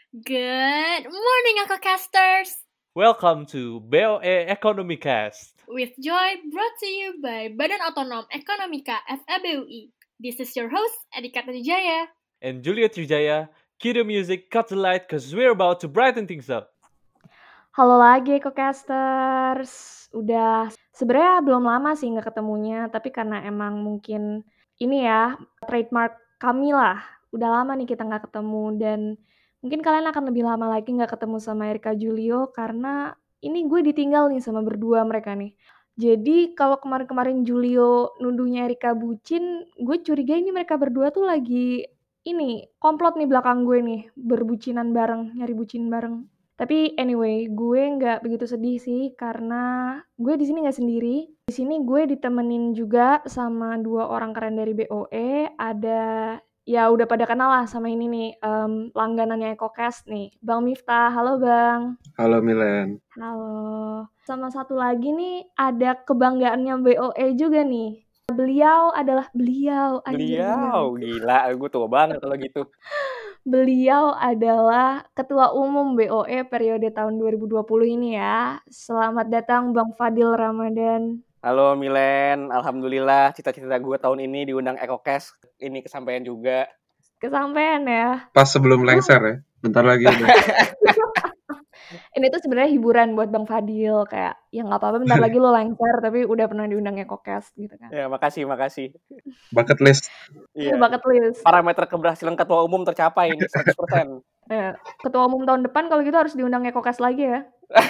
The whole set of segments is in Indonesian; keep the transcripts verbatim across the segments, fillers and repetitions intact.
Good morning, Casters! Welcome to B O E Economy Cast. With joy brought to you by Badan Otonom Ekonomika F E B U I. This is your host, Adhika Trijaya. And Julia Trijaya, cue the music, cut the light, cause we're about to brighten things up. Halo lagi Ecocasters. Udah sebenarnya belum lama sih nggak ketemunya, tapi karena emang mungkin ini ya trademark kami lah. Udah lama nih kita nggak ketemu dan mungkin kalian akan lebih lama lagi nggak ketemu sama Erika Julio karena ini gue ditinggal nih sama berdua mereka nih. Jadi kalau kemarin-kemarin Julio nuduhnya Erika bucin, gue curiga ini mereka berdua tuh lagi ini komplot nih belakang gue nih, berbucinan bareng, nyari bucin bareng. Tapi anyway, gue nggak begitu sedih sih karena gue di sini nggak sendiri. Di sini gue ditemenin juga sama dua orang keren dari B O E. Ada ya udah pada kenal lah sama ini nih um, langganannya Ecocast nih, Bang Miftah. Halo Bang. Halo Milen. Halo. Sama satu lagi nih ada kebanggaannya B O E juga nih. Beliau adalah beliau. anjir, Beliau, bener. gila, gue tua banget kalau gitu. Beliau adalah Ketua Umum B O E periode tahun dua ribu dua puluh ini ya. Selamat datang Bang Fadil Ramadan. Halo Milen, alhamdulillah cita-cita gue tahun ini diundang Ecocast. Ini kesampaian juga. Kesampaian ya. Pas sebelum lengser ya. Bentar lagi udah. Ini tuh sebenarnya hiburan buat Bang Fadil, kayak ya nggak apa-apa bentar lagi lo lengser tapi udah pernah diundang Ecocast gitu kan. Ya, makasih, makasih. Bucket list. Iya, bucket list. Parameter keberhasilan ketua umum tercapai ini seratus persen. Eh, ketua umum tahun depan kalau gitu harus diundang Ecocast lagi ya.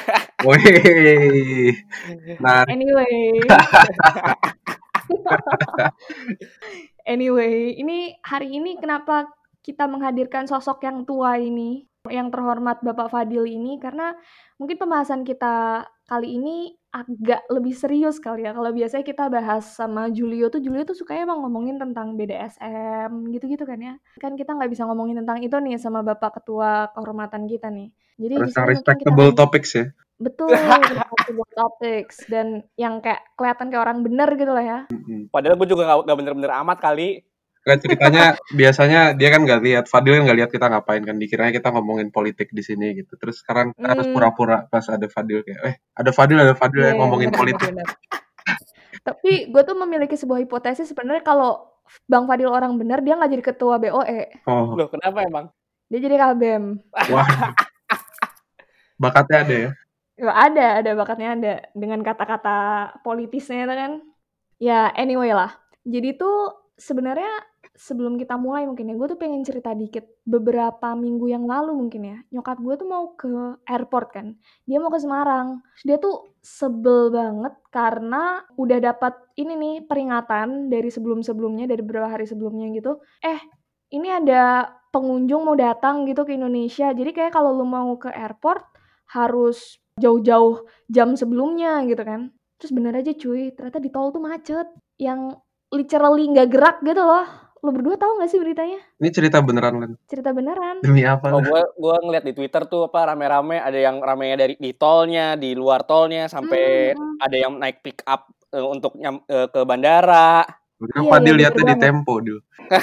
Wih. Nah, Anyway. Anyway, ini hari ini kenapa kita menghadirkan sosok yang tua ini, yang terhormat Bapak Fadil ini, karena mungkin pembahasan kita kali ini agak lebih serius kali ya. Kalau biasanya kita bahas sama Julio tuh, Julio tuh sukanya emang ngomongin tentang B D S M gitu-gitu kan ya. Kan kita nggak bisa ngomongin tentang itu nih sama Bapak Ketua Kehormatan kita nih. Jadi harus di sini mungkin kita respectable topics ya. betul, respectable topics dan yang kayak kelihatan kayak orang bener gitu lah ya. Padahal gue juga gak, gak bener-bener amat kali. Kan ceritanya biasanya dia kan nggak lihat, Fadil kan nggak lihat kita ngapain kan, dikiranya kita ngomongin politik di sini gitu. Terus sekarang kita harus Hmm. pura-pura pas ada Fadil kayak, eh ada Fadil ada Fadil Iya, yang ngomongin bener, politik. bener, bener. Tapi gue tuh memiliki sebuah hipotesis sebenarnya kalau Bang Fadil orang bener dia nggak jadi ketua B O E, Oh, Loh, kenapa emang? dia jadi K B M. wah. Bakatnya ada ya. Ya, ada, ada bakatnya ada dengan kata-kata politisnya itu kan. Ya anyway lah. Jadi tuh sebenarnya sebelum kita mulai mungkin ya, gue tuh pengen cerita dikit. Beberapa minggu yang lalu mungkin ya, nyokap gue tuh mau ke airport kan. Dia mau ke Semarang. Terus dia tuh sebel banget karena udah dapat ini nih peringatan dari sebelum-sebelumnya, dari beberapa hari sebelumnya gitu. Eh, ini ada pengunjung mau datang gitu ke Indonesia. Jadi kayak kalau lu mau ke airport harus jauh-jauh jam sebelumnya gitu kan. Terus bener aja cuy, ternyata di tol tuh macet. Yang literally nggak gerak gitu loh. Lo berdua tahu nggak sih beritanya? Ini cerita beneran kan? Cerita beneran. Demi apa? Oh, gue gue ngeliat di Twitter tuh apa rame-rame, ada yang ramenya dari di tolnya, di luar tolnya, sampai Hmm. ada yang naik pick up uh, untuk nyam, uh, ke bandara. Udah Iya, Fadil iya, lihatnya bener di banget. Tempo dulu.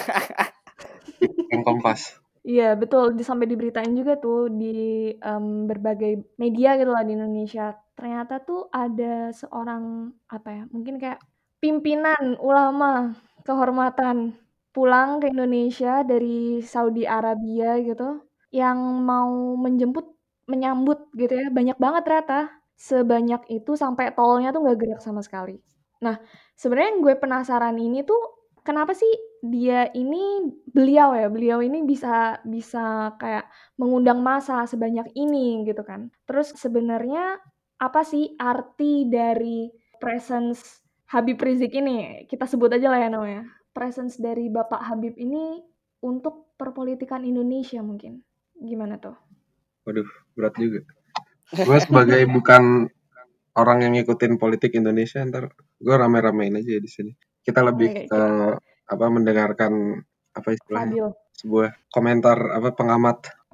Yang Kompas. Iya betul, di- sampai diberitain juga tuh di em, berbagai media gitu lah di Indonesia. Ternyata tuh ada seorang apa ya, mungkin kayak pimpinan ulama kehormatan pulang ke Indonesia dari Saudi Arabia gitu, yang mau menjemput, menyambut gitu ya, banyak banget ternyata. Sebanyak itu sampai tolnya tuh nggak gerak sama sekali. Nah, sebenarnya yang gue penasaran ini tuh kenapa sih dia ini beliau ya, beliau ini bisa bisa kayak mengundang massa sebanyak ini gitu kan. Terus sebenarnya apa sih arti dari presence Habib Rizik ini? Kita sebut aja lah ya namanya. Presence dari Bapak Habib ini untuk perpolitikan Indonesia mungkin. Gimana tuh? Waduh, berat juga. Gue sebagai bukan orang yang ngikutin politik Indonesia, ntar gue rame-ramein aja di sini. Kita lebih Oke, ke apa mendengarkan apa istilahnya Fadil. sebuah komentar apa pengamat.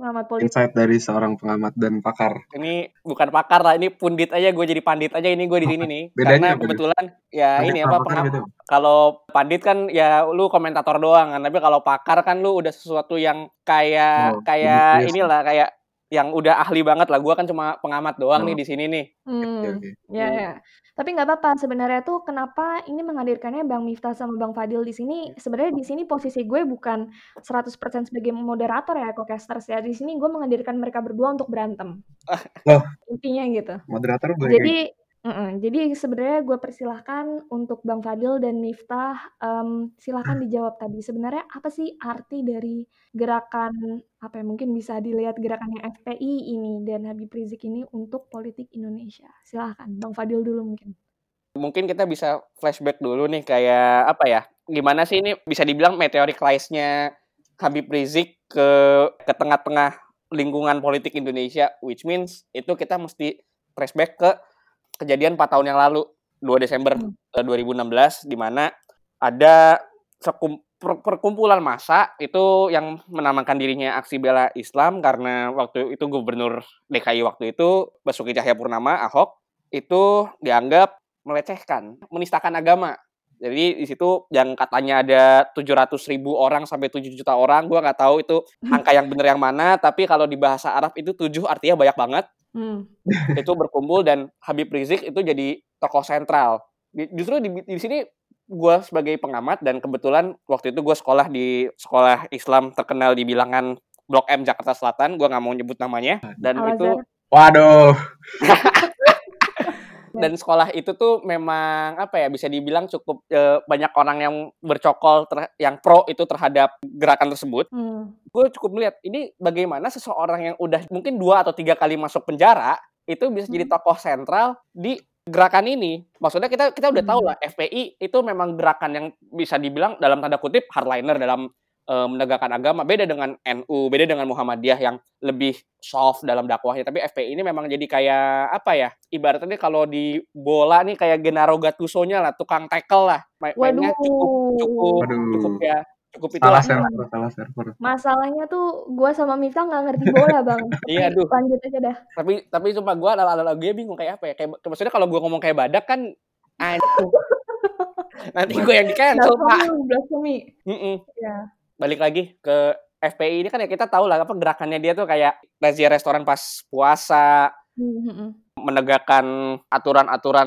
Pengamat politik. Insight dari seorang pengamat dan pakar. Ini bukan pakar lah, ini pundit aja, gue jadi pandit aja ini gue di sini nih. Bedanya Karena apa, kebetulan ya Pandit ini sama apa pakar pengam- beda. kalau pandit kan ya lu komentator doang kan, tapi kalau pakar kan lu udah sesuatu yang kayak Oh, kayak lebih serius. inilah kayak yang udah ahli banget lah. Gue kan cuma pengamat doang Oh. nih di sini nih. Oke, Hmm, oke. ya Hmm. ya. Tapi nggak apa-apa. Sebenarnya tuh kenapa ini menghadirkannya Bang Miftah sama Bang Fadil di sini? Sebenarnya di sini posisi gue bukan seratus persen sebagai moderator ya, co-casters ya. Di sini gue menghadirkan mereka berdua untuk berantem. Loh, Intinya gitu. moderator boleh Jadi, mm-mm. Jadi sebenarnya gue persilahkan untuk Bang Fadil dan Miftah, em, silahkan dijawab tadi. Sebenarnya apa sih arti dari gerakan apa ya? Mungkin bisa dilihat gerakannya F P I ini dan Habib Rizik ini untuk politik Indonesia. Silahkan, Bang Fadil dulu mungkin. Mungkin kita bisa flashback dulu nih kayak apa ya? Gimana sih ini bisa dibilang meteoric rise-nya Habib Rizik ke ke tengah-tengah lingkungan politik Indonesia, which means itu kita mesti flashback ke kejadian empat tahun yang lalu, dua Desember Hmm. eh, dua ribu enam belas, di mana ada sekum- per- perkumpulan massa itu yang menamakan dirinya Aksi Bela Islam karena waktu itu Gubernur D K I waktu itu Basuki Cahayapurnama Ahok itu dianggap melecehkan, menistakan agama. Jadi di situ yang katanya ada tujuh ratus ribu orang sampai tujuh juta orang, gua nggak tahu itu angka yang benar yang mana, tapi kalau di bahasa Arab itu tujuh artinya banyak banget. Hmm. Itu berkumpul dan Habib Rizik itu jadi tokoh sentral. Di- Justru di, di sini gue sebagai pengamat dan kebetulan waktu itu gue sekolah di sekolah Islam terkenal di bilangan Blok M Jakarta Selatan, gue nggak mau nyebut namanya, dan itu Al-Azhar. Waduh. dan sekolah itu tuh memang apa ya, bisa dibilang cukup eh, banyak orang yang bercokol ter- yang pro itu terhadap gerakan tersebut. Hmm. Gue cukup melihat ini bagaimana seseorang yang udah mungkin dua atau tiga kali masuk penjara itu bisa jadi Hmm. tokoh sentral di gerakan ini. Maksudnya kita kita udah tahu Hmm. lah F P I itu memang gerakan yang bisa dibilang dalam tanda kutip hardliner dalam eh, menegakkan agama, beda dengan N U, beda dengan Muhammadiyah yang lebih soft dalam dakwahnya. Tapi F P I ini memang jadi kayak apa ya? Ibaratnya kalau di bola nih kayak Gennaro Gattuso-nya lah, tukang tackle lah. Ma- Mainnya cukup cukup Waduh. cukup ya cukup Salah itulah. server, salah server. Masalahnya tuh gue sama Miftah nggak ngerti bola bang. Iya, Tapi aduh. lanjut aja dah. Tapi tapi cuma gue lagu-lagunya bingung kayak apa ya? Kayak maksudnya kalau gue ngomong kayak badak kan anjing. Nanti gue yang di-cancel, Pak. Blasphemy, blasphemy. Mm-mm. Ya. Balik lagi ke F P I ini kan ya kita tahu lah apa gerakannya dia tuh kayak razia restoran pas puasa, Hmm, hmm, hmm. menegakkan aturan-aturan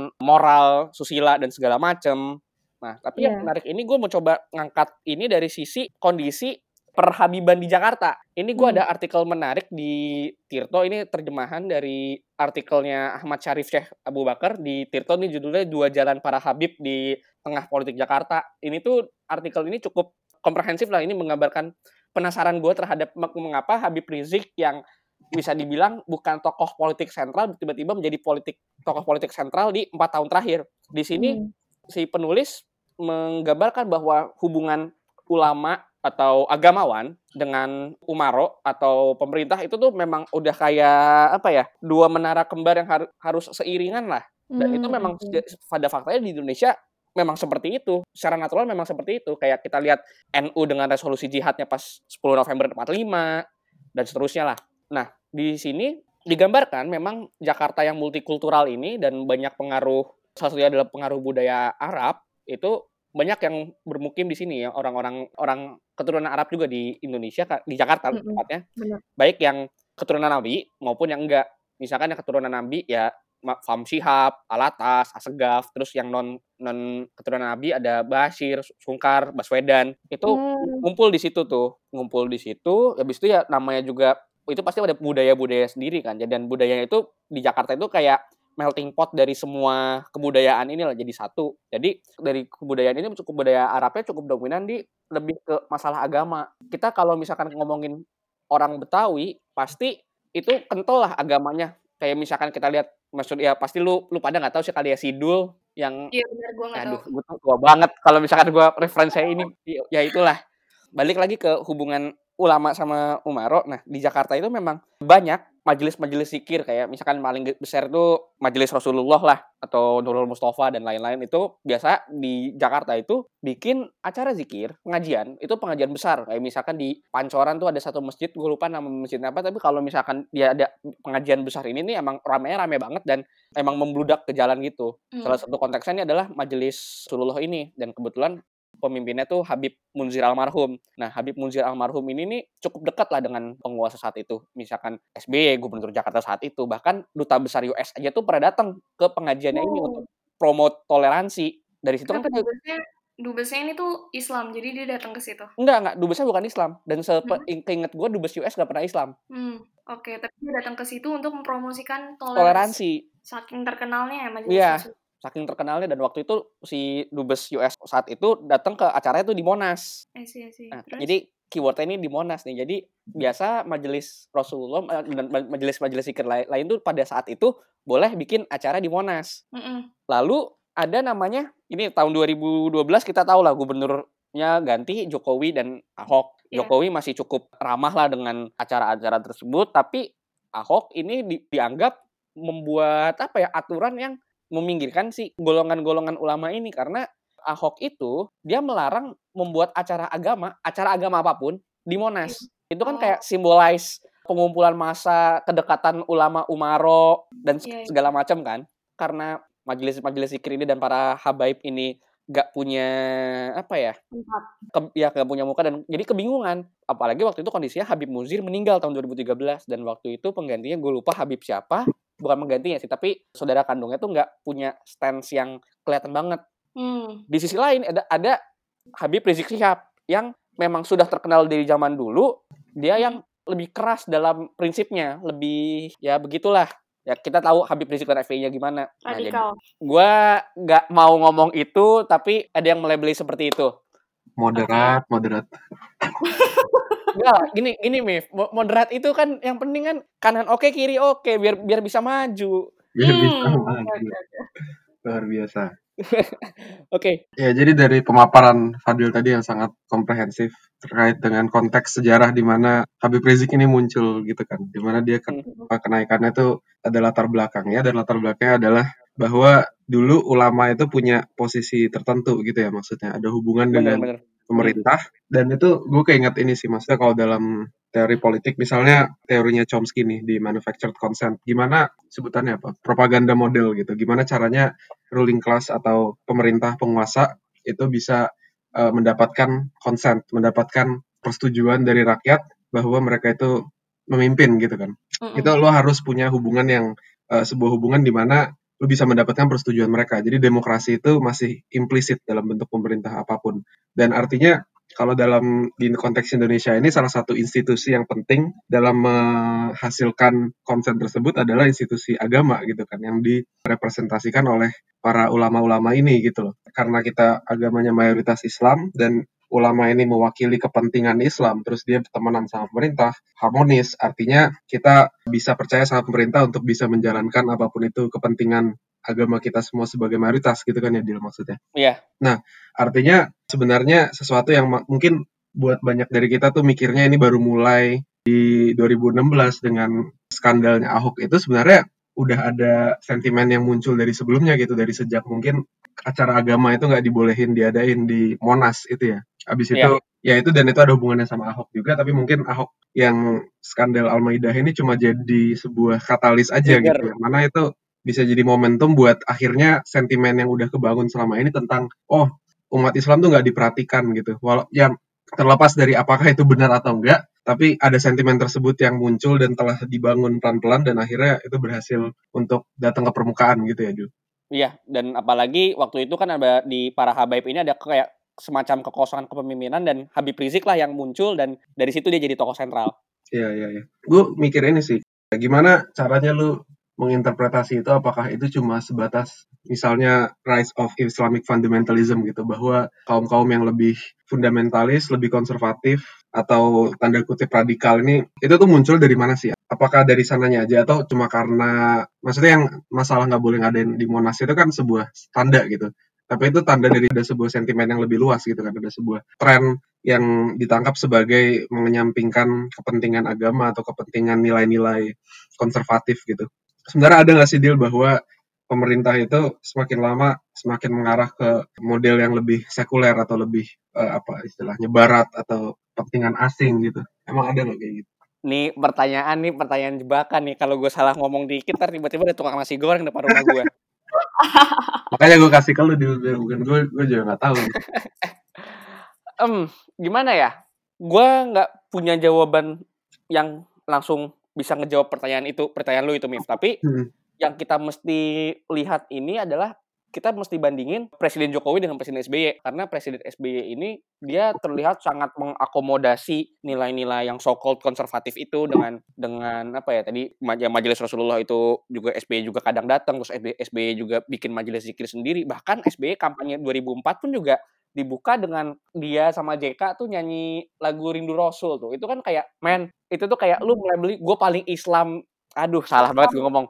moral, susila dan segala macem. Nah, tapi yang Iya. menarik ini gue mau coba ngangkat ini dari sisi kondisi perhabiban di Jakarta. Ini gue Hmm. ada artikel menarik di Tirto, ini terjemahan dari artikelnya Ahmad Syarif Syekh Abu Bakar di Tirto, ini judulnya Dua Jalan Para Habib di Tengah Politik Jakarta. Ini tuh artikel ini cukup komprehensif lah, ini menggambarkan penasaran gue terhadap mengapa Habib Rizik yang bisa dibilang bukan tokoh politik sentral tiba-tiba menjadi politik tokoh politik sentral di empat tahun terakhir. Di sini Hmm. si penulis menggambarkan bahwa hubungan ulama atau agamawan dengan umaro atau pemerintah itu tuh memang udah kayak apa ya, dua menara kembar yang har- harus seiringan lah. Dan itu Hmm, memang oke. pada faktanya di Indonesia memang seperti itu. Secara natural memang seperti itu. Kayak kita lihat N U dengan resolusi jihadnya pas sepuluh November empat puluh lima dan seterusnya lah. Nah, di sini digambarkan memang Jakarta yang multikultural ini dan banyak pengaruh, salah satunya adalah pengaruh budaya Arab, itu banyak yang bermukim di sini ya, orang-orang orang keturunan Arab juga di Indonesia, di Jakarta Mm-mm. tepatnya. Benar. Baik yang keturunan Nabi maupun yang enggak. Misalkan yang keturunan Nabi ya Ma- Fahmi Syihab, Alatas, Assegaf, terus yang non non keturunan Nabi ada Bashir, Sungkar, Baswedan. Itu Hmm. ngumpul di situ tuh, ngumpul di situ. Habis itu ya namanya juga itu pasti ada budaya-budaya sendiri kan. Dan budayanya itu di Jakarta itu kayak melting pot dari semua kebudayaan ini lah jadi satu. Jadi dari kebudayaan ini cukup budaya Arabnya cukup dominan di lebih ke masalah agama. Kita kalau misalkan ngomongin orang Betawi pasti itu kental lah agamanya. Kayak misalkan kita lihat, maksud ya pasti lu lu pada nggak tahu sih kali ya Sidul yang Iya benar, gue nggak tahu. aduh gue tuh tua banget kalau misalkan gue referensi ini ya itulah. Balik lagi ke hubungan ulama sama umaro. Nah, di Jakarta itu memang banyak majelis-majelis zikir, kayak misalkan paling besar itu Majelis Rasulullah lah, atau Nurul Mustafa dan lain-lain. Itu biasa di Jakarta itu bikin acara zikir, pengajian, itu pengajian besar. Kayak misalkan di Pancoran tuh ada satu masjid, gue lupa nama masjidnya apa, tapi kalau misalkan dia ada pengajian besar ini nih emang ramenya rame banget dan emang membludak ke jalan gitu. Hmm. Salah satu konteksnya ini adalah Majelis Rasulullah ini, dan kebetulan pemimpinnya tuh Habib Munzir almarhum. Nah, Habib Munzir almarhum ini nih cukup dekat lah dengan penguasa saat itu. Misalkan S B Y, Gubernur Jakarta saat itu. Bahkan Duta Besar U S aja tuh pernah datang ke pengajiannya ini Oh. untuk promote toleransi. Dari situ kan Tapi kita... dubesnya, dubesnya ini tuh Islam, jadi dia datang ke situ. Enggak, enggak. Dubesnya bukan Islam. Dan Hmm. keinget gue, Dubes U S gak pernah Islam. Hmm, oke. Tapi dia datang ke situ untuk mempromosikan toleransi. Toleransi. Saking terkenalnya ya Majelis Iya. Rasul. Saking terkenalnya, dan waktu itu si Dubes U S saat itu datang ke acaranya tuh di Monas. I see, I see. Nah, Terus? jadi keywordnya ini di Monas nih. Jadi biasa Majelis Rasulullah eh, dan ma- majelis-majelis zikir lain, lain tuh pada saat itu boleh bikin acara di Monas. Mm-mm. Lalu ada namanya, ini tahun dua ribu dua belas kita tahu lah gubernurnya ganti, Jokowi dan Ahok. Iya. Jokowi masih cukup ramah lah dengan acara-acara tersebut, tapi Ahok ini di- dianggap membuat apa ya, aturan yang meminggirkan si golongan-golongan ulama ini, karena Ahok itu dia melarang membuat acara agama, acara agama apapun di Monas. Itu kan Oh. kayak symbolize pengumpulan massa, kedekatan ulama umaro dan Iya, iya. segala macam kan. Karena majelis-majelis zikir ini dan para habaib ini gak punya apa ya, Tempat. ke, ya gak punya muka, dan jadi kebingungan. Apalagi waktu itu kondisinya Habib Munzir meninggal tahun dua ribu tiga belas, dan waktu itu penggantinya gue lupa Habib siapa. Bukan penggantinya sih, tapi saudara kandungnya tuh nggak punya stance yang kelihatan banget. Hmm. Di sisi lain ada ada Habib Rizik Syihab yang memang sudah terkenal dari zaman dulu. Dia yang lebih keras dalam prinsipnya, lebih ya begitulah. Ya kita tahu Habib Rizik dan F P I-nya gimana. Nah, jadi Radikal. gue nggak mau ngomong itu, tapi ada yang melabeli seperti itu. Moderat, moderat. Enggak, gini gini Mif, Mo- moderat itu kan yang penting kan kanan oke kiri oke, biar biar bisa maju. Biar bisa Hmm. maju. Oke, oke, oke. Luar biasa. Oke. Ya, jadi dari pemaparan Fadil tadi yang sangat komprehensif terkait dengan konteks sejarah di mana Habib Rizik ini muncul gitu kan, di mana dia ke- kenaikannya itu ada latar belakangnya, dan latar belakangnya adalah bahwa dulu ulama itu punya posisi tertentu gitu ya, maksudnya ada hubungan dengan Bener-bener. pemerintah. Dan itu gue keinget ini sih, maksudnya kalau dalam teori politik, misalnya teorinya Chomsky nih di manufactured consent, gimana sebutannya apa, propaganda model gitu, gimana caranya ruling class atau pemerintah penguasa itu bisa uh, mendapatkan consent, mendapatkan persetujuan dari rakyat bahwa mereka itu memimpin gitu kan. Mm-mm. Itu lo harus punya hubungan yang uh, sebuah hubungan di mana lo bisa mendapatkan persetujuan mereka. Jadi demokrasi itu masih implisit dalam bentuk pemerintah apapun. Dan artinya kalau dalam di konteks Indonesia ini, salah satu institusi yang penting dalam menghasilkan konsen tersebut adalah institusi agama gitu kan, yang direpresentasikan oleh para ulama-ulama ini gitu loh. Karena kita agamanya mayoritas Islam dan ulama ini mewakili kepentingan Islam, terus dia temenan sama pemerintah, harmonis, artinya kita bisa percaya sama pemerintah untuk bisa menjalankan apapun itu kepentingan agama kita semua sebagai mayoritas gitu kan ya, Dil, maksudnya. Iya. Nah, artinya sebenarnya sesuatu yang ma- mungkin buat banyak dari kita tuh mikirnya ini baru mulai di dua ribu enam belas dengan skandalnya Ahok, itu sebenarnya udah ada sentimen yang muncul dari sebelumnya gitu, dari sejak mungkin acara agama itu nggak dibolehin diadain di Monas itu ya. Abis Iya. itu ya itu, dan itu ada hubungannya sama Ahok juga, tapi mungkin Ahok yang skandal Al-Maidah ini cuma jadi sebuah katalis aja Trigger. gitu ya. Mana itu bisa jadi momentum buat akhirnya sentimen yang udah kebangun selama ini tentang oh umat Islam tuh nggak diperhatikan gitu. Walau ya terlepas dari apakah itu benar atau enggak, tapi ada sentimen tersebut yang muncul dan telah dibangun pelan-pelan, dan akhirnya itu berhasil untuk datang ke permukaan gitu ya, Dul. Iya, dan apalagi waktu itu kan ada di para habaib ini ada kayak semacam kekosongan kepemimpinan, dan Habib Rizik lah yang muncul, dan dari situ dia jadi tokoh sentral. Iya, iya, iya. Gue mikir ini sih, gimana caranya lu menginterpretasi itu, apakah itu cuma sebatas misalnya rise of Islamic fundamentalism gitu, bahwa kaum-kaum yang lebih fundamentalis, lebih konservatif, atau tanda kutip radikal ini, itu tuh muncul dari mana sih? Apakah dari sananya aja, atau cuma karena, maksudnya yang masalah nggak boleh ngadain di Monas itu kan sebuah tanda gitu, Tapi itu tanda dari ada sebuah sentimen yang lebih luas gitu kan, ada sebuah tren yang ditangkap sebagai menyampingkan kepentingan agama atau kepentingan nilai-nilai konservatif gitu. Sebenarnya ada nggak sih deal bahwa pemerintah itu semakin lama semakin mengarah ke model yang lebih sekuler atau lebih eh, apa istilahnya barat atau kepentingan asing gitu? Emang ada nggak kayak gitu? Nih pertanyaan nih pertanyaan jebakan nih. Kalau gue salah ngomong dikit, ntar tiba-tiba ada tukang nasi goreng depan rumah gue. Makanya gue kasih ke lu, Dil, biar bukan gue, gue juga nggak tahu. nih. Em, gimana ya? Gue nggak punya jawaban yang langsung bisa ngejawab pertanyaan itu, pertanyaan lu itu, Mif. Tapi Hmm. yang kita mesti lihat ini adalah kita mesti bandingin Presiden Jokowi dengan Presiden S B Y. Karena Presiden S B Y ini dia terlihat sangat mengakomodasi nilai-nilai yang so-called konservatif itu dengan dengan apa ya tadi maj- Majelis Rasulullah itu juga S B Y juga kadang datang, terus S B Y juga bikin majelis zikir sendiri. Bahkan S B Y kampanye dua ribu empat pun juga dibuka dengan dia sama J K tuh nyanyi lagu Rindu Rasul tuh. Itu kan kayak, men, itu tuh kayak lu mulai beli gue paling Islam. Aduh, salah banget gue ngomong.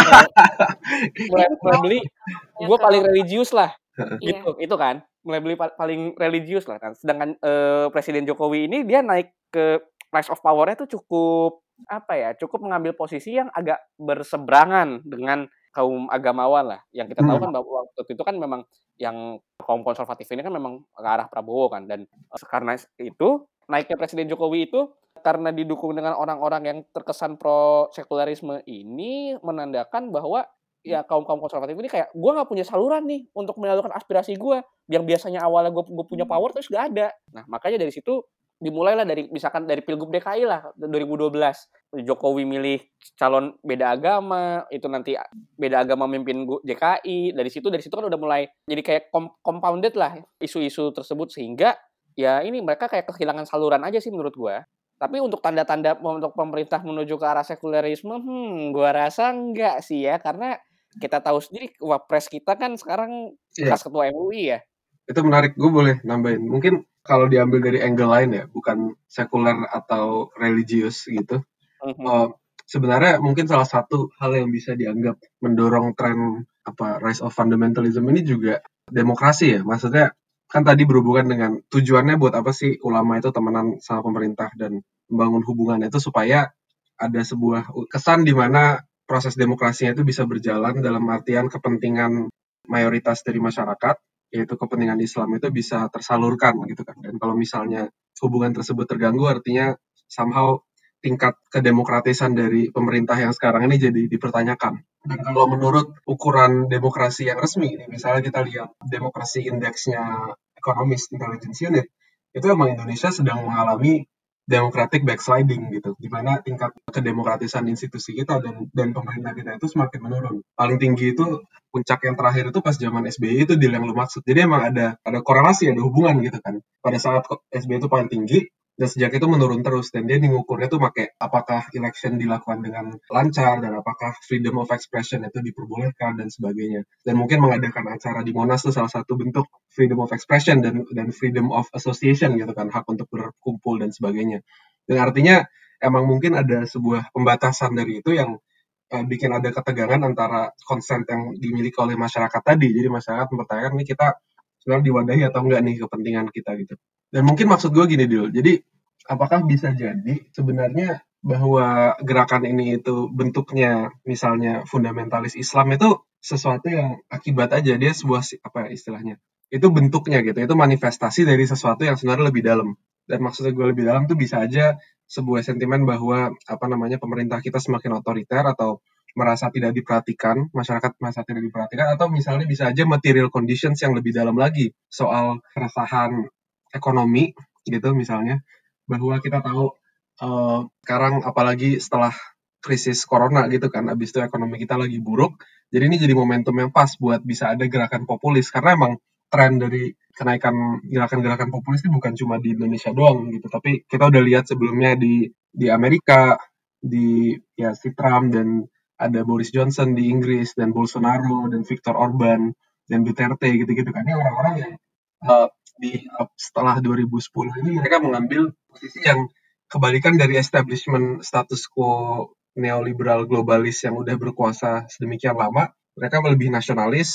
mulai, mulai beli gue paling religius lah Iya. gitu itu kan mulai beli pa- paling religius lah kan. Sedangkan eh, Presiden Jokowi ini dia naik ke rise of power-nya tuh cukup apa ya cukup mengambil posisi yang agak berseberangan dengan kaum agamawan lah. Yang kita tahu Hmm. kan bahwa waktu itu kan memang yang kaum konservatif ini kan memang ke arah Prabowo kan, dan eh, karena itu naiknya Presiden Jokowi itu karena didukung dengan orang-orang yang terkesan pro sekularisme ini menandakan bahwa ya kaum-kaum konservatif ini kayak gue nggak punya saluran nih untuk menyalurkan aspirasi gue yang biasanya awalnya gue gue punya power terus gak ada. Nah makanya dari situ dimulailah dari misalkan dari Pilgub D K I lah dua ribu dua belas Jokowi milih calon beda agama, itu nanti beda agama mimpin J K I. Dari situ dari situ kan udah mulai jadi kayak kom- compounded lah isu-isu tersebut, sehingga ya ini mereka kayak kehilangan saluran aja sih menurut gue. Tapi untuk tanda-tanda untuk pemerintah menuju ke arah sekulerisme, hmm, gua rasa enggak sih ya, karena kita tahu sendiri wapres kita kan sekarang Iya. bekas ketua M U I ya. Itu menarik, gue boleh nambahin. Mungkin kalau diambil dari angle lain ya, bukan sekuler atau religius gitu. Mhm. Uh, sebenarnya mungkin salah satu hal yang bisa dianggap mendorong tren apa rise of fundamentalism ini juga demokrasi ya. Maksudnya kan tadi berhubungan dengan tujuannya buat apa sih ulama itu temenan sama pemerintah dan membangun hubungan itu supaya ada sebuah kesan di mana proses demokrasinya itu bisa berjalan dalam artian kepentingan mayoritas dari masyarakat, yaitu kepentingan Islam itu bisa tersalurkan gitu kan. Dan kalau misalnya hubungan tersebut terganggu, artinya somehow tingkat kedemokratisan dari pemerintah yang sekarang ini jadi dipertanyakan. Dan kalau menurut ukuran demokrasi yang resmi, misalnya kita lihat demokrasi indeksnya Economist Intelligence Unit, itu emang Indonesia sedang mengalami democratic backsliding gitu, di mana tingkat kedemokratisan institusi kita dan dan pemerintah kita itu semakin menurun. Paling tinggi itu puncak yang terakhir itu pas zaman S B Y itu deal yang lu maksud. Jadi emang ada ada korelasi, ada hubungan gitu kan. Pada saat S B Y itu paling tinggi, dan sejak itu menurun terus, dan dia ngukurnya tuh pakai apakah election dilakukan dengan lancar dan apakah freedom of expression itu diperbolehkan dan sebagainya. Dan mungkin mengadakan acara di Monas itu salah satu bentuk freedom of expression dan dan freedom of association gitu kan, hak untuk berkumpul dan sebagainya. Dan artinya emang mungkin ada sebuah pembatasan dari itu yang eh, bikin ada ketegangan antara consent yang dimiliki oleh masyarakat tadi. Jadi masyarakat mempertanyakan nih kita sebenarnya diwadahi atau enggak nih kepentingan kita gitu. Dan mungkin maksud gue gini Dil, jadi apakah bisa jadi sebenarnya bahwa gerakan ini itu bentuknya misalnya fundamentalis Islam itu sesuatu yang akibat aja, dia sebuah apa istilahnya, itu bentuknya gitu, itu manifestasi dari sesuatu yang sebenarnya lebih dalam. Dan maksudnya gue lebih dalam tuh bisa aja sebuah sentimen bahwa apa namanya pemerintah kita semakin otoriter atau merasa tidak diperhatikan, masyarakat merasa tidak diperhatikan, atau misalnya bisa aja material conditions yang lebih dalam lagi soal keresahan ekonomi gitu misalnya, bahwa kita tahu uh, sekarang apalagi setelah krisis corona gitu kan, abis itu ekonomi kita lagi buruk, jadi ini jadi momentum yang pas buat bisa ada gerakan populis, karena emang tren dari kenaikan gerakan-gerakan populis itu bukan cuma di Indonesia doang gitu, tapi kita udah lihat sebelumnya di di Amerika, di ya si Trump, dan ada Boris Johnson di Inggris, dan Bolsonaro, dan Viktor Orban, dan Duterte gitu-gitu kan. Ini orang-orang yang uh, di uh, setelah dua ribu sepuluh ini mereka mengambil posisi yang kebalikan dari establishment status quo neoliberal globalis yang udah berkuasa sedemikian lama. Mereka lebih nasionalis,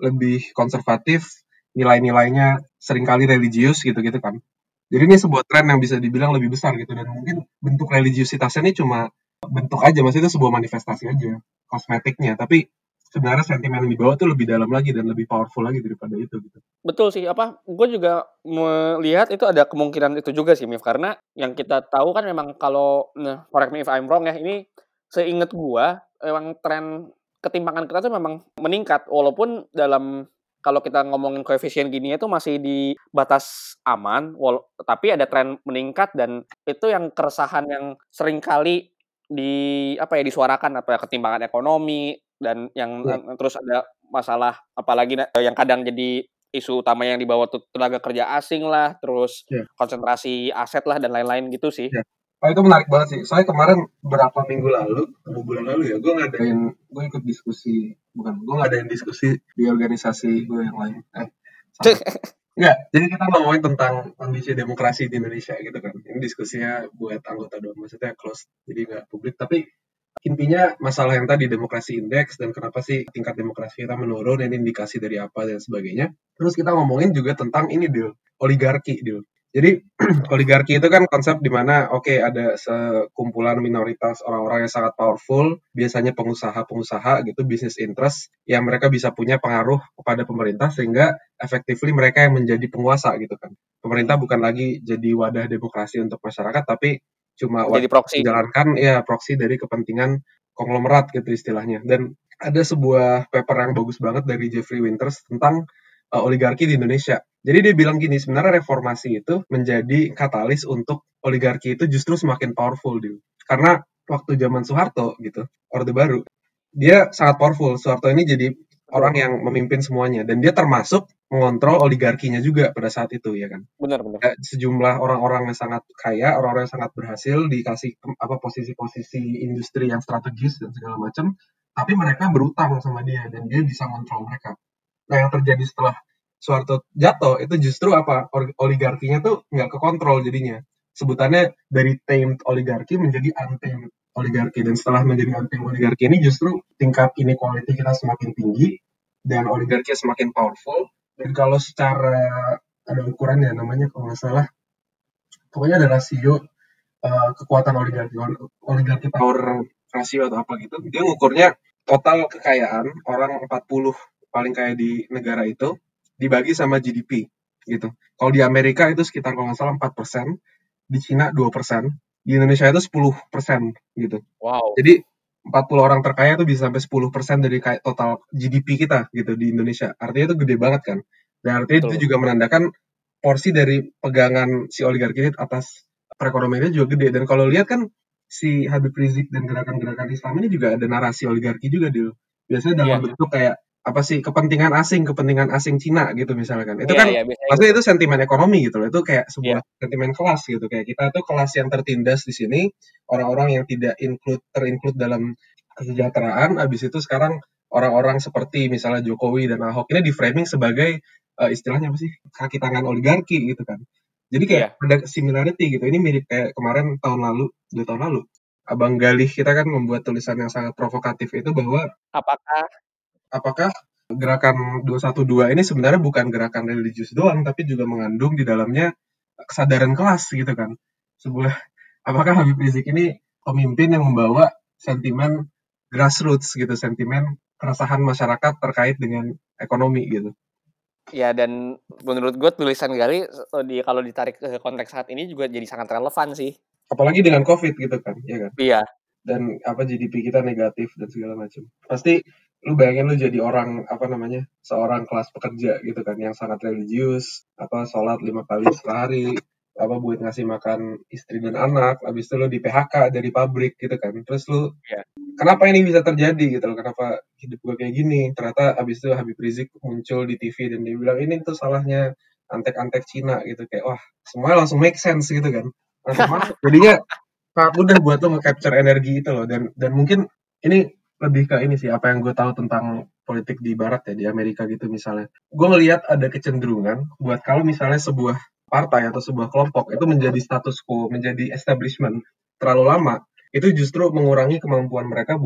lebih konservatif, nilai-nilainya seringkali religius gitu-gitu kan. Jadi ini sebuah tren yang bisa dibilang lebih besar gitu, dan mungkin bentuk religiusitasnya ini cuma bentuk aja, maksudnya itu sebuah manifestasi aja, kosmetiknya, tapi sebenarnya sentimen yang dibawa tuh lebih dalam lagi dan lebih powerful lagi daripada itu gitu. Betul sih, apa, gue juga melihat itu ada kemungkinan itu juga sih, Mif, karena yang kita tahu kan memang kalau, nah, correct me if I'm wrong ya, ini seingat gue, emang tren ketimpangan kita tuh memang meningkat, walaupun dalam, kalau kita ngomongin koefisien gini itu masih di batas aman, wal- tapi ada tren meningkat, dan itu yang keresahan yang seringkali di apa ya disuarakan, apa ya, ketimpangan ekonomi, dan yang Ya. eh, terus ada masalah apalagi na- yang kadang jadi isu utama yang dibawa tuh tenaga kerja asing lah, terus Ya. konsentrasi aset lah dan lain-lain gitu sih. Ya. Oh, itu menarik banget sih. Soalnya kemarin berapa minggu lalu, beberapa bulan lalu ya, gue ngadain, gue ikut diskusi, bukan, gue ngadain diskusi di organisasi gue yang lain. Eh, salah. Enggak, jadi kita ngomongin tentang kondisi demokrasi di Indonesia gitu kan. Ini diskusinya buat anggota doang, maksudnya close, jadi nggak publik. Tapi intinya masalah yang tadi, demokrasi indeks, dan kenapa sih tingkat demokrasi kita menurun, ini indikasi dari apa, dan sebagainya. Terus kita ngomongin juga tentang ini, Dil, oligarki, Dil. Jadi oligarki itu kan konsep di mana oke okay, ada sekumpulan minoritas orang-orang yang sangat powerful, biasanya pengusaha-pengusaha gitu, business interest, yang mereka bisa punya pengaruh kepada pemerintah sehingga effectively mereka yang menjadi penguasa gitu kan. Pemerintah bukan lagi jadi wadah demokrasi untuk masyarakat, tapi cuma Jadi proxy. menjalankan ya proxy dari kepentingan konglomerat gitu istilahnya. Dan ada sebuah paper yang bagus banget dari Jeffrey Winters tentang uh, oligarki di Indonesia. Jadi dia bilang gini, sebenarnya reformasi itu menjadi katalis untuk oligarki itu justru semakin powerful, dia. Karena waktu zaman Soeharto gitu, Orde Baru, dia sangat powerful. Soeharto ini jadi orang yang memimpin semuanya, dan dia termasuk mengontrol oligarkinya juga pada saat itu, ya kan. Benar-benar. Eh, sejumlah orang-orang yang sangat kaya, orang-orang yang sangat berhasil dikasih apa posisi-posisi industri yang strategis dan segala macam, tapi mereka berutang sama dia dan dia bisa mengontrol mereka. Nah, yang terjadi setelah Soeharto jatuh itu justru apa, oligarkinya tuh nggak kekontrol jadinya. Sebutannya dari tamed oligarki menjadi untamed oligarki, dan setelah menjadi untamed oligarki ini justru tingkat inequality kita semakin tinggi dan oligarki semakin powerful. Dan kalau secara ada ukurannya namanya kalau nggak salah, pokoknya ada rasio uh, kekuatan oligarki, oligarki power rasio atau apa gitu. Dia ngukurnya total kekayaan orang empat puluh paling kaya di negara itu dibagi sama G D P gitu. Kalau di Amerika itu sekitar kalau nggak salah empat persen, di Cina dua persen, di Indonesia itu sepuluh persen gitu. Wow. Jadi empat puluh orang terkaya itu bisa sampai sepuluh persen dari total G D P kita gitu di Indonesia. Artinya itu gede banget kan. Dan artinya Betul. Itu juga menandakan porsi dari pegangan si oligarki ini atas perekonomiannya juga gede. Dan kalau lihat kan si Habib Rizik dan gerakan-gerakan Islam ini juga ada narasi oligarki juga, Dil. Biasanya dalam yeah. bentuk kayak apa sih, kepentingan asing, kepentingan asing Cina gitu misalnya kan. Itu yeah, kan yeah, maksudnya gitu. Itu sentimen ekonomi gitu loh. Itu kayak sebuah yeah. sentimen kelas gitu. Kayak kita tuh kelas yang tertindas di sini, orang-orang yang tidak include terinclude dalam kesejahteraan. Abis itu sekarang orang-orang seperti misalnya Jokowi dan Ahok ini di framing sebagai uh, istilahnya apa sih, kaki tangan oligarki gitu kan. Jadi kayak yeah. ada similarity gitu. Ini mirip kayak kemarin tahun lalu, dua tahun lalu, Abang Galih kita kan membuat tulisan yang sangat provokatif itu bahwa apakah apakah gerakan dua satu dua ini sebenarnya bukan gerakan religius doang, tapi juga mengandung di dalamnya kesadaran kelas gitu kan. Sebuah, apakah Habib Rizik ini pemimpin yang membawa sentimen grassroots gitu, sentimen keresahan masyarakat terkait dengan ekonomi gitu. Ya, dan menurut gue tulisan Gali di, kalau ditarik ke konteks saat ini juga jadi sangat relevan sih. Apalagi dengan COVID gitu kan, ya kan? Iya. Dan apa G D P kita negatif dan segala macam. Pasti lu bayangin lu jadi orang apa namanya, seorang kelas pekerja gitu kan, yang sangat religius, apa sholat lima kali sehari, apa buat ngasih makan istri dan anak, habis itu lu di P H K dari pabrik gitu kan. Terus lu yeah. kenapa ini bisa terjadi gitu loh, kenapa hidup gue kayak gini. Ternyata habis itu Habib Rizik muncul di T V dan dia bilang ini tuh salahnya antek-antek Cina gitu. Kayak wah, semuanya langsung make sense gitu kan. Langsung masuk. Jadinya sangat mudah buat lo nge-capture energi itu loh. Dan dan mungkin ini lebih ke ini sih, apa yang gue tahu tentang politik di barat ya, di Amerika gitu misalnya. Gue ngelihat ada kecenderungan buat kalau misalnya sebuah partai atau sebuah kelompok itu menjadi status quo, menjadi establishment terlalu lama, itu justru mengurangi kemampuan mereka buat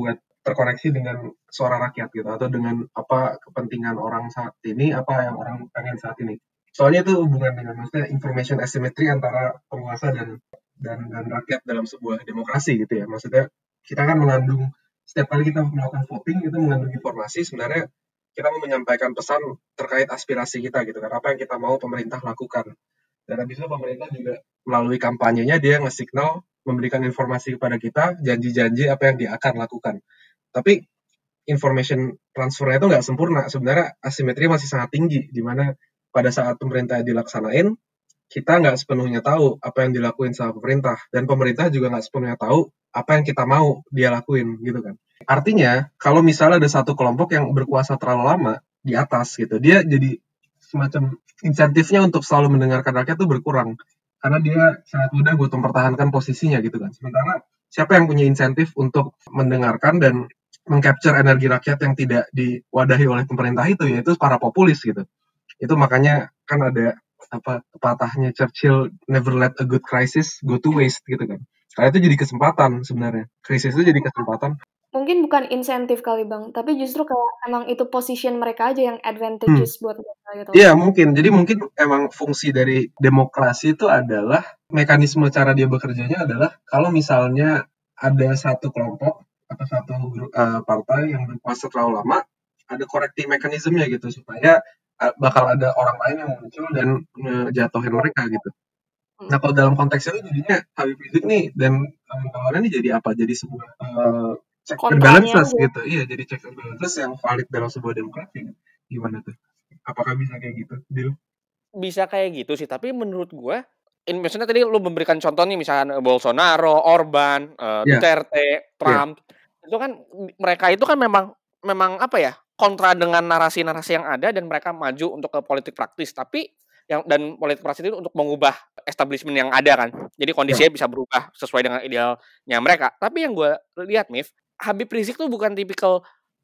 terkoneksi dengan suara rakyat gitu, atau dengan apa kepentingan orang saat ini, apa yang orang pengen saat ini. Soalnya itu hubungan dengan maksudnya information asymmetry antara penguasa dan dan dan rakyat dalam sebuah demokrasi gitu ya. Maksudnya kita kan mengandung setiap kali kita melakukan voting itu mengandung informasi, sebenarnya kita mau menyampaikan pesan terkait aspirasi kita gitu kan, apa yang kita mau pemerintah lakukan. Dan habis itu pemerintah juga melalui kampanyenya dia nge-signal, memberikan informasi kepada kita, janji-janji apa yang dia akan lakukan. Tapi information transfernya itu nggak sempurna. Sebenarnya asimetri masih sangat tinggi, di mana pada saat pemerintah dilaksanain, kita nggak sepenuhnya tahu apa yang dilakuin sama pemerintah. Dan pemerintah juga nggak sepenuhnya tahu apa yang kita mau dia lakuin, gitu kan. Artinya, kalau misalnya ada satu kelompok yang berkuasa terlalu lama di atas, gitu, dia jadi semacam insentifnya untuk selalu mendengarkan rakyat itu berkurang. Karena dia sangat mudah buat mempertahankan posisinya, gitu kan. Sementara, siapa yang punya insentif untuk mendengarkan dan mengcapture energi rakyat yang tidak diwadahi oleh pemerintah itu, yaitu para populis gitu. Itu makanya kan ada apa pepatahnya Churchill, never let a good crisis go to waste gitu kan. Karena itu jadi kesempatan sebenarnya. Krisis itu jadi kesempatan. Mungkin bukan insentif kali Bang, tapi justru kayak emang itu position mereka aja yang advantageous hmm. buat mereka gitu. Iya mungkin, jadi mungkin emang fungsi dari demokrasi itu adalah mekanisme cara dia bekerjanya adalah kalau misalnya ada satu kelompok atau satu grup, uh, partai yang berkuasa terlalu lama, ada correcting mekanismenya gitu supaya uh, bakal ada orang lain yang muncul dan ngejatuhin uh, mereka gitu. Hmm. Nah kalau dalam konteks itu jadinya Habib Rizik nih dan kawan-kawannya ini jadi apa? Jadi sebuah uh, check and balances gitu. Iya, jadi check and balances yang valid dalam sebuah demokrasi. Gimana tuh? Apakah bisa kayak gitu, Dil? Bisa kayak gitu sih, tapi menurut gue, in, misalnya tadi lu memberikan contoh nih, misalnya Bolsonaro, Orban, uh, yeah. Duterte, Trump, yeah. itu kan mereka itu kan memang memang apa ya, kontra dengan narasi-narasi yang ada dan mereka maju untuk ke politik praktis, tapi yang dan politik praktis itu untuk mengubah establishment yang ada kan, jadi kondisinya yeah. bisa berubah sesuai dengan idealnya mereka. Tapi yang gue lihat, Mif, Habib Rizik tuh bukan tipikal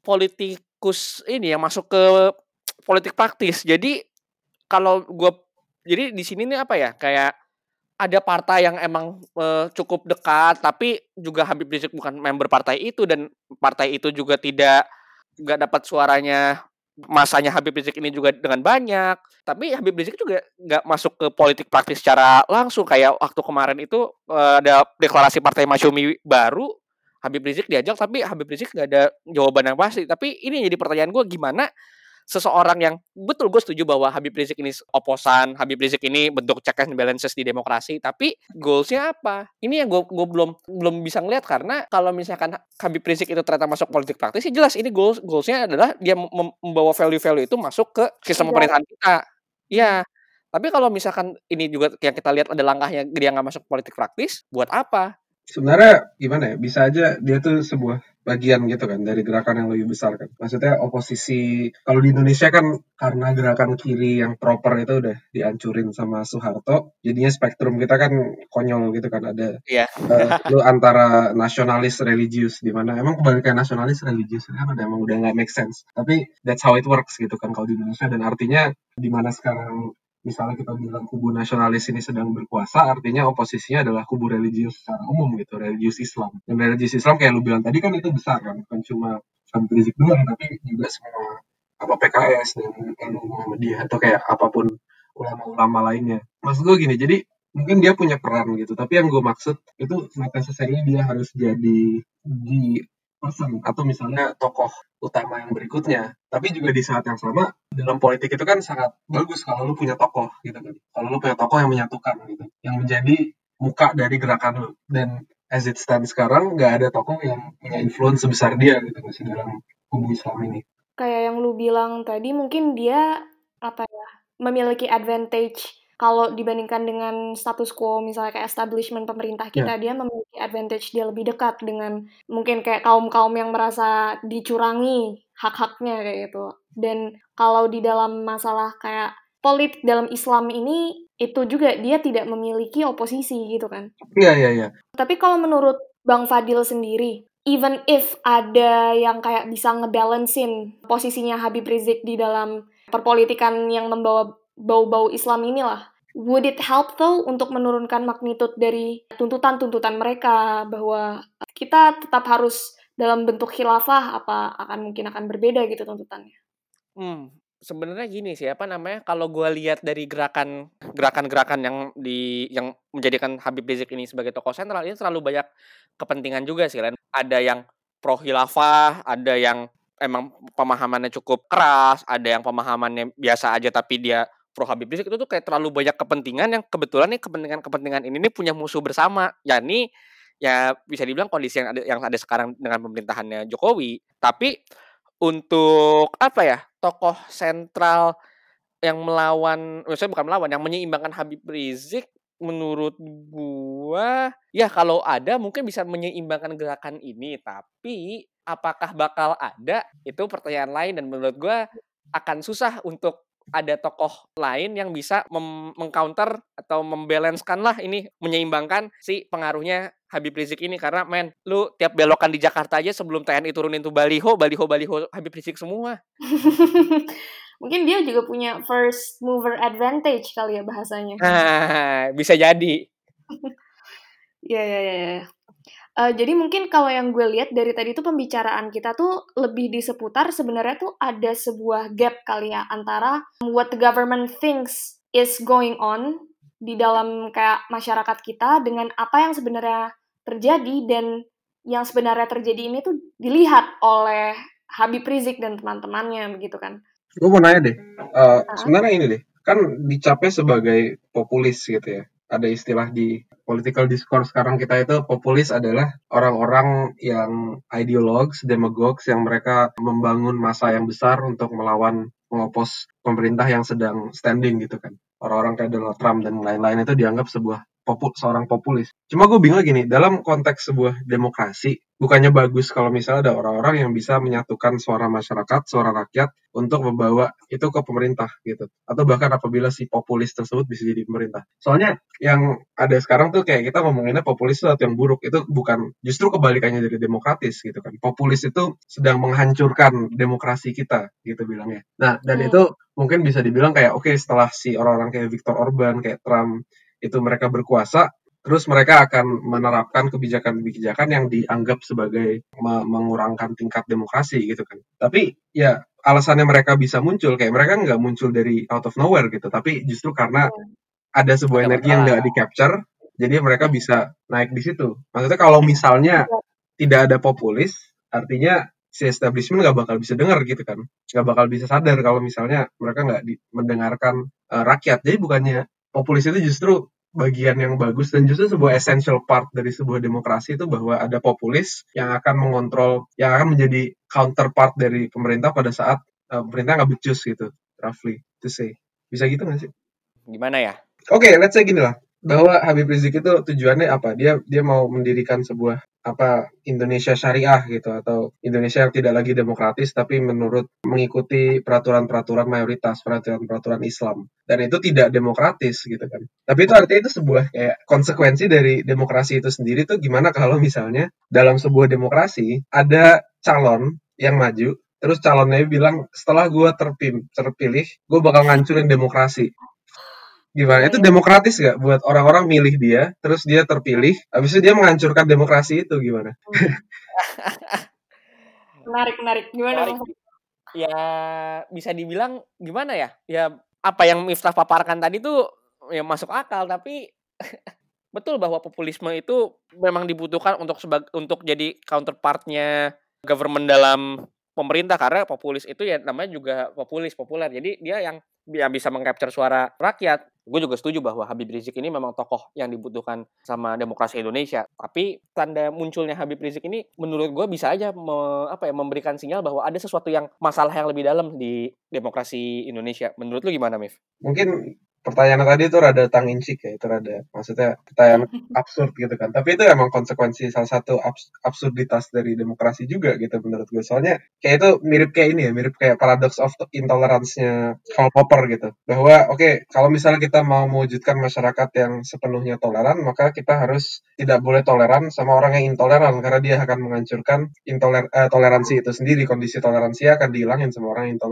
politikus ini yang masuk ke politik praktis. Jadi kalau gue jadi di sini nih apa ya, kayak ada partai yang emang e, cukup dekat, tapi juga Habib Rizik bukan member partai itu dan partai itu juga tidak nggak dapat suaranya masanya Habib Rizik ini juga dengan banyak. Tapi Habib Rizik juga nggak masuk ke politik praktis secara langsung, kayak waktu kemarin itu e, ada deklarasi Partai Masyumi baru, Habib Rizik diajak tapi Habib Rizik nggak ada jawaban yang pasti. Tapi ini jadi pertanyaan gue, gimana seseorang yang betul gue setuju bahwa Habib Rizik ini oposan, Habib Rizik ini bentuk check and balances di demokrasi, tapi goalsnya apa? Ini yang gue gue belum belum bisa ngeliat, karena kalau misalkan Habib Rizik itu ternyata masuk politik praktis, ya jelas ini goals goalsnya adalah dia mem- membawa value-value itu masuk ke sistem pemerintahan kita. Iya. Tapi kalau misalkan ini juga yang kita lihat ada langkahnya dia nggak masuk politik praktis, buat apa? Sebenarnya gimana ya, bisa aja dia tuh sebuah bagian gitu kan dari gerakan yang lebih besar kan. Maksudnya oposisi, kalau di Indonesia kan karena gerakan kiri yang proper itu udah dihancurin sama Soeharto, jadinya spektrum kita kan konyol gitu kan, ada yeah. uh, lu antara nasionalis religius, di mana emang kebalikan nasionalis religius kan udah emang udah nggak make sense. Tapi that's how it works gitu kan kalau di Indonesia, dan artinya di mana sekarang misalnya kita bilang kubu nasionalis ini sedang berkuasa, artinya oposisinya adalah kubu religius secara umum gitu, religius Islam. Dan religius Islam kayak lu bilang tadi kan itu besar kan, bukan cuma Habib Rizik doang, tapi juga semua apa P K S dan N U Muhammadiyah atau kayak apapun ulama-ulama lainnya. Maksud gue gini, jadi mungkin dia punya peran gitu, tapi yang gue maksud itu not necessarily dia harus jadi di person atau misalnya tokoh utama yang berikutnya. Tapi juga di saat yang sama dalam politik itu kan sangat bagus kalau lu punya tokoh gitu kan. Kalau lu punya tokoh yang menyatukan gitu, yang menjadi muka dari gerakan lu. Dan as it stands sekarang nggak ada tokoh yang punya influence sebesar dia gitu masih dalam kubu Islam ini. Kayak yang lu bilang tadi, mungkin dia apa ya, memiliki advantage kalau dibandingkan dengan status quo, misalnya kayak establishment pemerintah kita, yeah. dia memiliki advantage, dia lebih dekat dengan mungkin kayak kaum-kaum yang merasa dicurangi hak-haknya kayak gitu. Dan kalau di dalam masalah kayak politik dalam Islam ini, itu juga dia tidak memiliki oposisi gitu kan. Iya, yeah, iya, yeah, iya. Yeah. Tapi kalau menurut Bang Fadil sendiri, even if ada yang kayak bisa ngebalancein posisinya Habib Rizik di dalam perpolitikan yang membawa bau-bau Islam inilah, would it help though untuk menurunkan magnitude dari tuntutan-tuntutan mereka bahwa kita tetap harus dalam bentuk khilafah apa akan mungkin akan berbeda gitu tuntutannya? Hmm, sebenarnya gini sih, apa namanya, kalau gue lihat dari gerakan gerakan-gerakan yang di yang menjadikan Habib Rizik ini sebagai tokoh sentral, ini terlalu banyak kepentingan juga sih, Len. Ada yang pro khilafah, ada yang emang pemahamannya cukup keras, ada yang pemahamannya biasa aja tapi dia pro Habib Rizik. Itu tuh kayak terlalu banyak kepentingan yang kebetulan nih kepentingan-kepentingan ini nih punya musuh bersama, yakni ya bisa dibilang kondisi yang ada yang ada sekarang dengan pemerintahannya Jokowi. Tapi untuk apa ya, tokoh sentral yang melawan, maksudnya bukan melawan, yang menyeimbangkan Habib Rizik, menurut gua ya kalau ada mungkin bisa menyeimbangkan gerakan ini, tapi apakah bakal ada itu pertanyaan lain, dan menurut gua akan susah untuk ada tokoh lain yang bisa mem- mengcounter atau membalancekan lah ini, menyeimbangkan si pengaruhnya Habib Rizik ini. Karena men, lu tiap belokan di Jakarta aja sebelum T N I turunin tuh baliho, baliho-baliho Habib Rizik semua. Mungkin dia juga punya first mover advantage kali ya bahasanya. Nah, bisa jadi. Iya, iya, iya. Uh, jadi mungkin kalau yang gue lihat dari tadi tuh pembicaraan kita tuh lebih di seputar sebenarnya tuh ada sebuah gap kali ya antara what the government thinks is going on di dalam kayak masyarakat kita dengan apa yang sebenarnya terjadi, dan yang sebenarnya terjadi ini tuh dilihat oleh Habib Rizik dan teman-temannya begitu kan. Gue mau nanya deh, uh, sebenarnya ini deh, kan dicapnya sebagai populis gitu ya. Ada istilah di political discourse sekarang kita itu, populis adalah orang-orang yang ideologues, demagogues, yang mereka membangun massa yang besar untuk melawan mengopos pemerintah yang sedang standing gitu kan. Orang-orang kayak Donald Trump dan lain-lain itu dianggap sebuah popu, seorang populis. Cuma gue bingung gini, dalam konteks sebuah demokrasi, bukannya bagus kalau misalnya ada orang-orang yang bisa menyatukan suara masyarakat, suara rakyat untuk membawa itu ke pemerintah gitu. Atau bahkan apabila si populis tersebut bisa jadi pemerintah. Soalnya yang ada sekarang tuh kayak kita ngomonginnya populis itu sesuatu yang buruk. Itu bukan, justru kebalikannya dari demokratis gitu kan. Populis itu sedang menghancurkan demokrasi kita gitu bilangnya. Nah, dan hmm. itu mungkin bisa dibilang kayak oke, okay, setelah si orang-orang kayak Viktor Orban, kayak Trump itu mereka berkuasa, terus mereka akan menerapkan kebijakan-kebijakan yang dianggap sebagai me- mengurangkan tingkat demokrasi gitu kan. Tapi ya alasannya mereka bisa muncul, kayak mereka nggak muncul dari out of nowhere gitu, tapi justru karena ada sebuah energi yang nggak di-capture, jadi mereka bisa naik di situ. Maksudnya kalau misalnya tidak ada populis, artinya si establishment nggak bakal bisa dengar gitu kan, nggak bakal bisa sadar kalau misalnya mereka nggak di- mendengarkan uh, rakyat. Jadi bukannya populis itu justru bagian yang bagus, dan justru sebuah essential part dari sebuah demokrasi itu bahwa ada populis yang akan mengontrol, yang akan menjadi counterpart dari pemerintah pada saat uh, pemerintah nggak becus gitu, roughly to say. Bisa gitu nggak sih? Gimana ya? Oke, okay, let's say gini lah, bahwa Habib Rizik itu tujuannya apa? Dia dia mau mendirikan sebuah apa Indonesia syariah gitu, atau Indonesia yang tidak lagi demokratis tapi menurut mengikuti peraturan-peraturan mayoritas, peraturan-peraturan Islam, dan itu tidak demokratis gitu kan. Tapi itu artinya itu sebuah kayak konsekuensi dari demokrasi itu sendiri tuh gimana kalau misalnya dalam sebuah demokrasi ada calon yang maju, terus calonnya bilang setelah gue terpilih, terpilih gue bakal ngancurin demokrasi. Gimana? Itu demokratis gak buat orang-orang milih dia, terus dia terpilih, habis itu dia menghancurkan demokrasi itu gimana? Menarik, menarik. Gimana? Menarik. Ya bisa dibilang gimana ya? Ya apa yang Miftah paparkan tadi tuh ya masuk akal, tapi betul bahwa populisme itu memang dibutuhkan untuk sebag- untuk jadi counterpartnya government dalam pemerintah, karena populis itu ya namanya juga populis, populer. Jadi dia yang yang bisa mengcapture suara rakyat. Gue juga setuju bahwa Habib Rizik ini memang tokoh yang dibutuhkan sama demokrasi Indonesia. Tapi tanda munculnya Habib Rizik ini menurut gue bisa aja me, apa ya, memberikan sinyal bahwa ada sesuatu yang masalah yang lebih dalam di demokrasi Indonesia. Menurut lu gimana, Mif? Mungkin pertanyaan tadi itu rada tongue in cheek ya, itu rada maksudnya pertanyaan absurd gitu kan. Tapi itu emang konsekuensi salah satu abs- absurditas dari demokrasi juga gitu menurut gue. Soalnya kayak itu mirip kayak ini ya, mirip kayak paradox of intolerance-nya Karl Popper gitu. Bahwa oke, okay, kalau misalnya kita mau mewujudkan masyarakat yang sepenuhnya toleran, maka kita harus tidak boleh toleran sama orang yang intoleran, karena dia akan menghancurkan intoler- eh, toleransi itu sendiri. Kondisi toleransi akan dihilangin sama orang yang intoleran.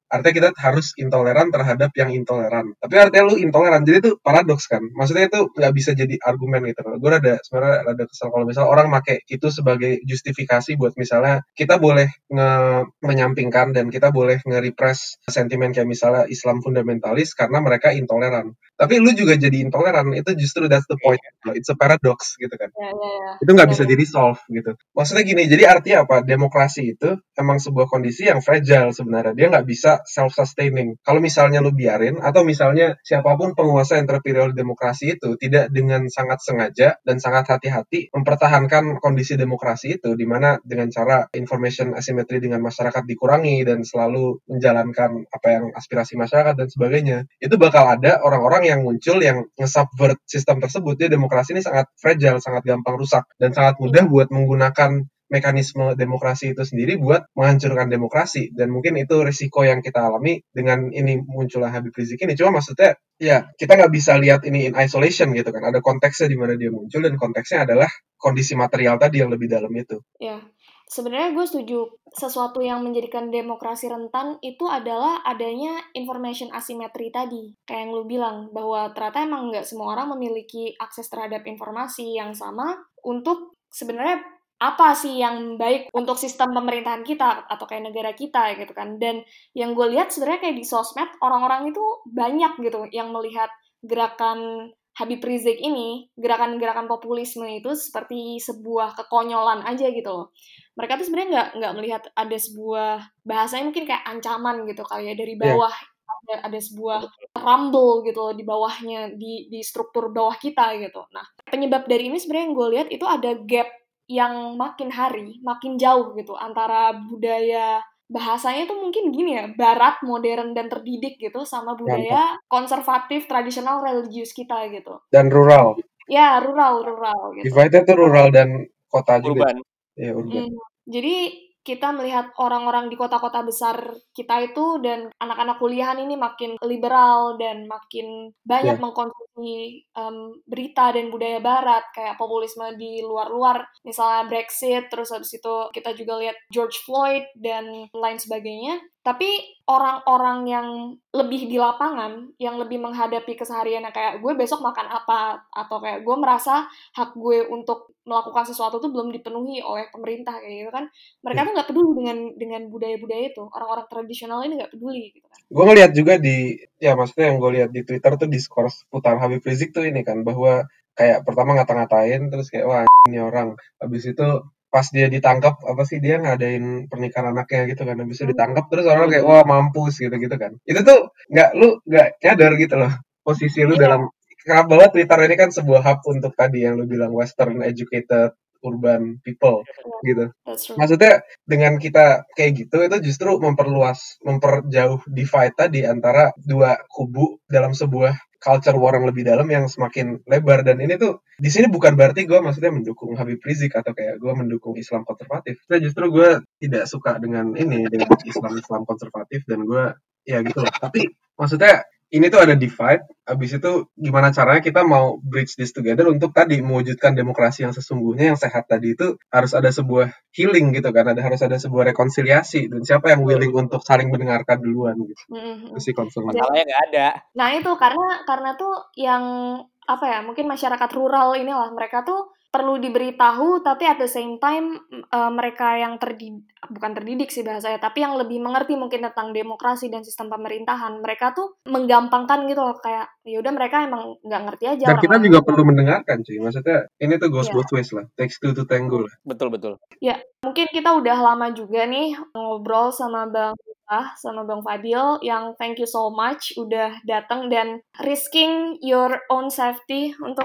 artinya kita harus intoleran terhadap yang intoleran. Tapi artinya lu intoleran, jadi itu paradoks kan. Maksudnya itu nggak bisa jadi argumen gitu. Gue rada sebenarnya rada kesel kalau misalnya orang make itu sebagai justifikasi buat misalnya kita boleh nge menyampingkan dan kita boleh nge-repress sentimen kayak misalnya Islam fundamentalis karena mereka intoleran. Tapi lu juga jadi intoleran, itu justru that's the point. It's a paradox gitu kan. Ya, ya, ya. Itu nggak Ya, bisa ya. di-resolve gitu. Maksudnya gini, jadi artinya apa? Demokrasi itu emang sebuah kondisi yang fragile sebenarnya. Dia nggak bisa self-sustaining. Kalau misalnya lu biarin, atau misalnya siapapun penguasa yang terpilih oleh demokrasi itu tidak dengan sangat sengaja dan sangat hati-hati mempertahankan kondisi demokrasi itu, di mana dengan cara information asymmetry dengan masyarakat dikurangi dan selalu menjalankan apa yang aspirasi masyarakat dan sebagainya, itu bakal ada orang-orang yang muncul yang nge-subvert sistem tersebut. Jadi demokrasi ini sangat fragile, sangat gampang rusak, dan sangat mudah buat menggunakan mekanisme demokrasi itu sendiri buat menghancurkan demokrasi. Dan mungkin itu risiko yang kita alami dengan ini munculnya Habib Rizik ini. Cuma maksudnya ya kita nggak bisa lihat ini in isolation gitu kan. Ada konteksnya di mana dia muncul, dan konteksnya adalah kondisi material tadi yang lebih dalam itu. Ya, sebenarnya gue setuju. Sesuatu yang menjadikan demokrasi rentan itu adalah adanya information asymmetry tadi. Kayak yang lu bilang, bahwa ternyata emang nggak semua orang memiliki akses terhadap informasi yang sama untuk sebenarnya apa sih yang baik untuk sistem pemerintahan kita atau kayak negara kita gitu kan. Dan yang gue lihat sebenarnya kayak di sosmed, orang-orang itu banyak gitu yang melihat gerakan Habib Rizik ini, gerakan-gerakan populisme itu seperti sebuah kekonyolan aja gitu loh. Mereka tuh sebenarnya nggak nggak melihat ada sebuah bahasanya mungkin kayak ancaman gitu kali ya dari bawah. Yeah. Ada, ada sebuah rumble gitu loh di bawahnya, di di struktur bawah kita gitu. Nah, penyebab dari ini sebenarnya yang gue lihat itu ada gap yang makin hari makin jauh gitu antara budaya bahasanya tuh mungkin gini ya, barat, modern, dan terdidik gitu, sama budaya konservatif, tradisional, religius kita gitu. Dan rural. Ya, rural, rural gitu. Divide-nya tuh rural dan kota juga. Urban. Ya, urban. Hmm, jadi kita melihat orang-orang di kota-kota besar kita itu dan anak-anak kuliahan ini makin liberal dan makin banyak yeah. mengkonsumsi um, berita dan budaya barat, kayak populisme di luar-luar, misalnya Brexit, terus habis itu kita juga lihat George Floyd dan lain sebagainya. Tapi orang-orang yang lebih di lapangan, yang lebih menghadapi kesehariannya kayak gue besok makan apa, atau kayak gue merasa hak gue untuk melakukan sesuatu tuh belum dipenuhi oleh pemerintah kayak gitu kan, mereka tuh nggak peduli dengan dengan budaya-budaya itu. Orang-orang tradisional ini nggak peduli gitu kan. Gue ngeliat juga di, ya maksudnya yang gue lihat di Twitter tuh diskurs putar Habib Rizik tuh ini kan, bahwa kayak pertama ngata-ngatain, terus kayak wah ini orang, habis itu pas dia ditangkap apa sih dia ngadain pernikahan anaknya gitu kan, habis itu ditangkap terus orang kayak wah mampus gitu-gitu kan. Itu tuh nggak, lu nggak nyadar gitu loh posisi lu yeah. dalam, karena bahwa Twitter ini kan sebuah hub untuk tadi yang lu bilang western educated urban people yeah. gitu. Maksudnya dengan kita kayak gitu itu justru memperluas, memperjauh divide tadi antara dua kubu dalam sebuah culture war yang lebih dalam yang semakin lebar. Dan ini tuh di sini bukan berarti gue maksudnya mendukung Habib Rizik atau kayak gue mendukung Islam konservatif. Nah, justru gue tidak suka dengan ini, dengan Islam-Islam konservatif, dan gue ya gitu loh. Tapi maksudnya ini tuh ada divide, habis itu gimana caranya kita mau bridge this together untuk tadi mewujudkan demokrasi yang sesungguhnya, yang sehat tadi itu harus ada sebuah healing gitu kan, ada harus ada sebuah rekonsiliasi, dan siapa yang willing untuk saling mendengarkan duluan gitu. Mm-hmm. Itu sih concern. Masalahnya nggak ada. Nah itu karena karena tuh yang apa ya, mungkin masyarakat rural inilah, mereka tuh perlu diberitahu, tapi at the same time uh, mereka yang terdidik, bukan terdidik sih bahasanya, tapi yang lebih mengerti mungkin tentang demokrasi dan sistem pemerintahan, mereka tuh menggampangkan gitu loh, kayak yaudah mereka emang nggak ngerti aja. Dan kita juga perlu mendengarkan cuy, maksudnya ini tuh goes yeah. both ways lah, takes two to tango lah. Betul betul. Ya mungkin kita udah lama juga nih ngobrol sama Bang Ah, sama Bang Fadil, yang thank you so much udah datang dan risking your own safety untuk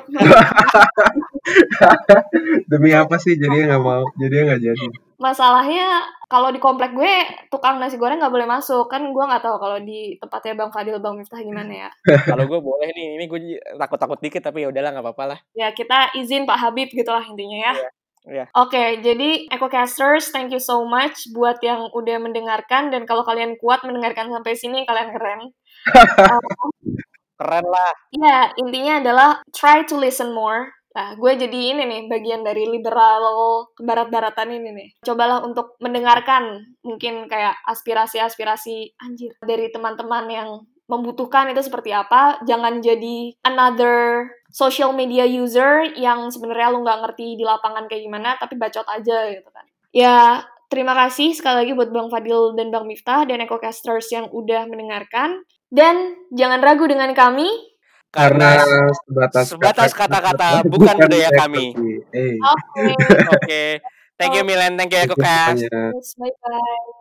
demi apa sih jadinya nggak mau, jadinya nggak jadi. Masalahnya kalau di komplek gue tukang nasi goreng nggak boleh masuk, kan gue nggak tahu kalau di tempatnya Bang Fadil, Bang Miftah gimana ya. Kalau gue boleh nih, ini gue takut-takut dikit tapi ya udahlah nggak apa-apa lah. Ya kita izin Pak Habib gitulah intinya ya. Yeah. Yeah. Oke, okay, jadi EcoCasters, thank you so much buat yang udah mendengarkan, dan kalau kalian kuat mendengarkan sampai sini, kalian keren. um, keren lah. Ya, intinya adalah try to listen more. Nah, gue jadi ini nih, bagian dari liberal kebarat-baratan ini nih. Cobalah untuk mendengarkan mungkin kayak aspirasi-aspirasi anjir dari teman-teman yang membutuhkan itu seperti apa. Jangan jadi another social media user yang sebenarnya lu nggak ngerti di lapangan kayak gimana, tapi bacot aja gitu kan. Ya, terima kasih sekali lagi buat Bang Fadil dan Bang Miftah dan EcoCasters yang udah mendengarkan. Dan jangan ragu dengan kami, Karena Karena sebatas sebatas kata-kata bukan budaya kami. seperti, eh, oke, Oke, thank you Milen, thank you itu EcoCast. semuanya. bye bye.